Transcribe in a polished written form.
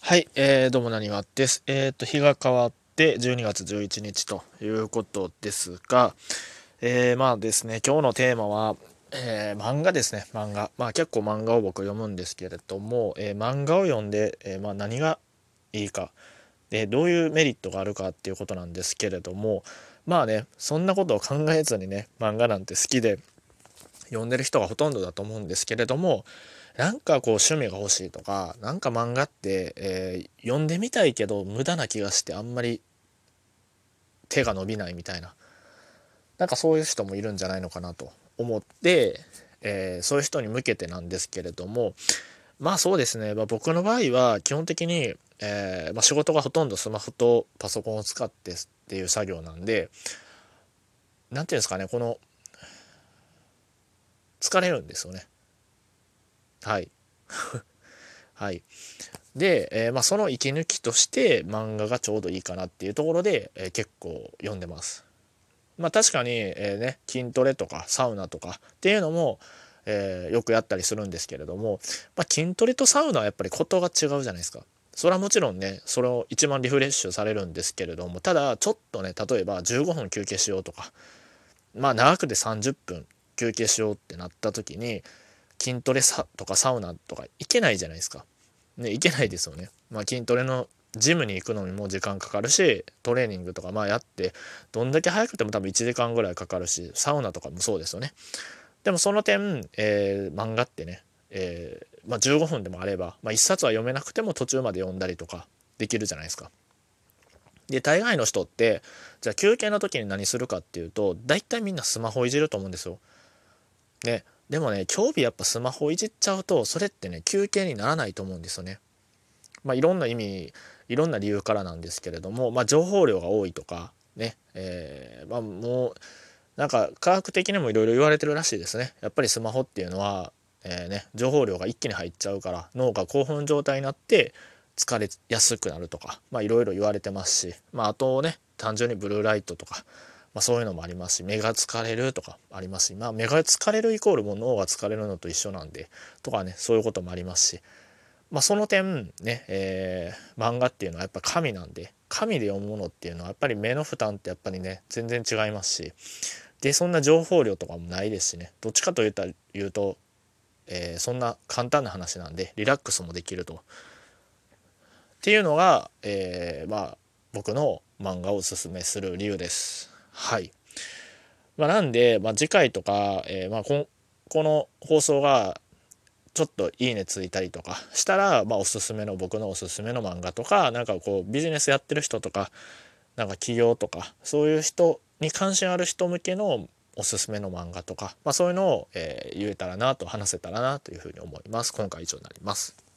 はい、どうもなにわです。日が変わって12月11日ということですが、まあですね、今日のテーマは、漫画ですね、漫画。まあ結構漫画を僕読むんですけれども、漫画を読んで、まあ何がいいか、どういうメリットがあるかっていうことなんですけれども、まあね、そんなことを考えずにね、漫画なんて好きで読んでる人がほとんどだと思うんですけれども、なんかこう趣味が欲しいとか、なんか漫画って、読んでみたいけど無駄な気がしてあんまり手が伸びないみたいな、なんかそういう人もいるんじゃないのかなと思って、そういう人に向けてなんですけれども、まあそうですね、まあ、僕の場合は基本的に、まあ、仕事がほとんどスマホとパソコンを使ってっていう作業なんで、なんていうんですかね、この疲れるんですよね。はい。はい。で、まあ、その息抜きとして漫画がちょうどいいかなっていうところで、結構読んでます。まあ確かに、ね、筋トレとかサウナとかっていうのも、よくやったりするんですけれども、まあ、筋トレとサウナはやっぱりことが違うじゃないですか。それはもちろんね、それを一番リフレッシュされるんですけれども、ただちょっとね、例えば15分休憩しようとか、まあ長くて30分休憩しようってなった時に、筋トレとかサウナとか行けないじゃないですか。ね、行けないですよね。まあ、筋トレのジムに行くのにも時間かかるし、トレーニングとかまあやってどんだけ早くても多分1時間ぐらいかかるし、サウナとかもそうですよね。でもその点、漫画ってね、まあ、15分でもあれば、まあ、1冊は読めなくても途中まで読んだりとかできるじゃないですか。で大概の人ってじゃあ休憩の時に何するかっていうと、大体みんなスマホいじると思うんですよ。ね、でもね、興味やっぱスマホいじっちゃうとそれってね休憩にならないと思うんですよね。まあ、いろんな意味、いろんな理由からなんですけれども、まあ、情報量が多いとかね、まあ、もうなんか科学的にもいろいろ言われてるらしいですね。やっぱりスマホっていうのは、ね、情報量が一気に入っちゃうから脳が興奮状態になって疲れやすくなるとか、まあ、いろいろ言われてますし、まあ、あとね単純にブルーライトとか、まあ、そういうのもありますし、目が疲れるとかありますし、まあ、目が疲れるイコールもう脳が疲れるのと一緒なんでとかね、そういうこともありますし、まあ、その点ね、漫画っていうのはやっぱ紙なんで、紙で読むものっていうのはやっぱり目の負担ってやっぱりね全然違いますし、でそんな情報量とかもないですしね、どっちかというと、そんな簡単な話なんでリラックスもできるとっていうのが、まあ僕の漫画をおすすめする理由です。はい。まあ、なんで、まあ、次回とか、まあ、この放送がちょっといいねついたりとかしたら、まあ、僕のおすすめの漫画とか、なんかこうビジネスやってる人とか、なんか企業とかそういう人に関心ある人向けのおすすめの漫画とか、まあ、そういうのを、言えたらなと話せたらなというふうに思います。今回以上になります。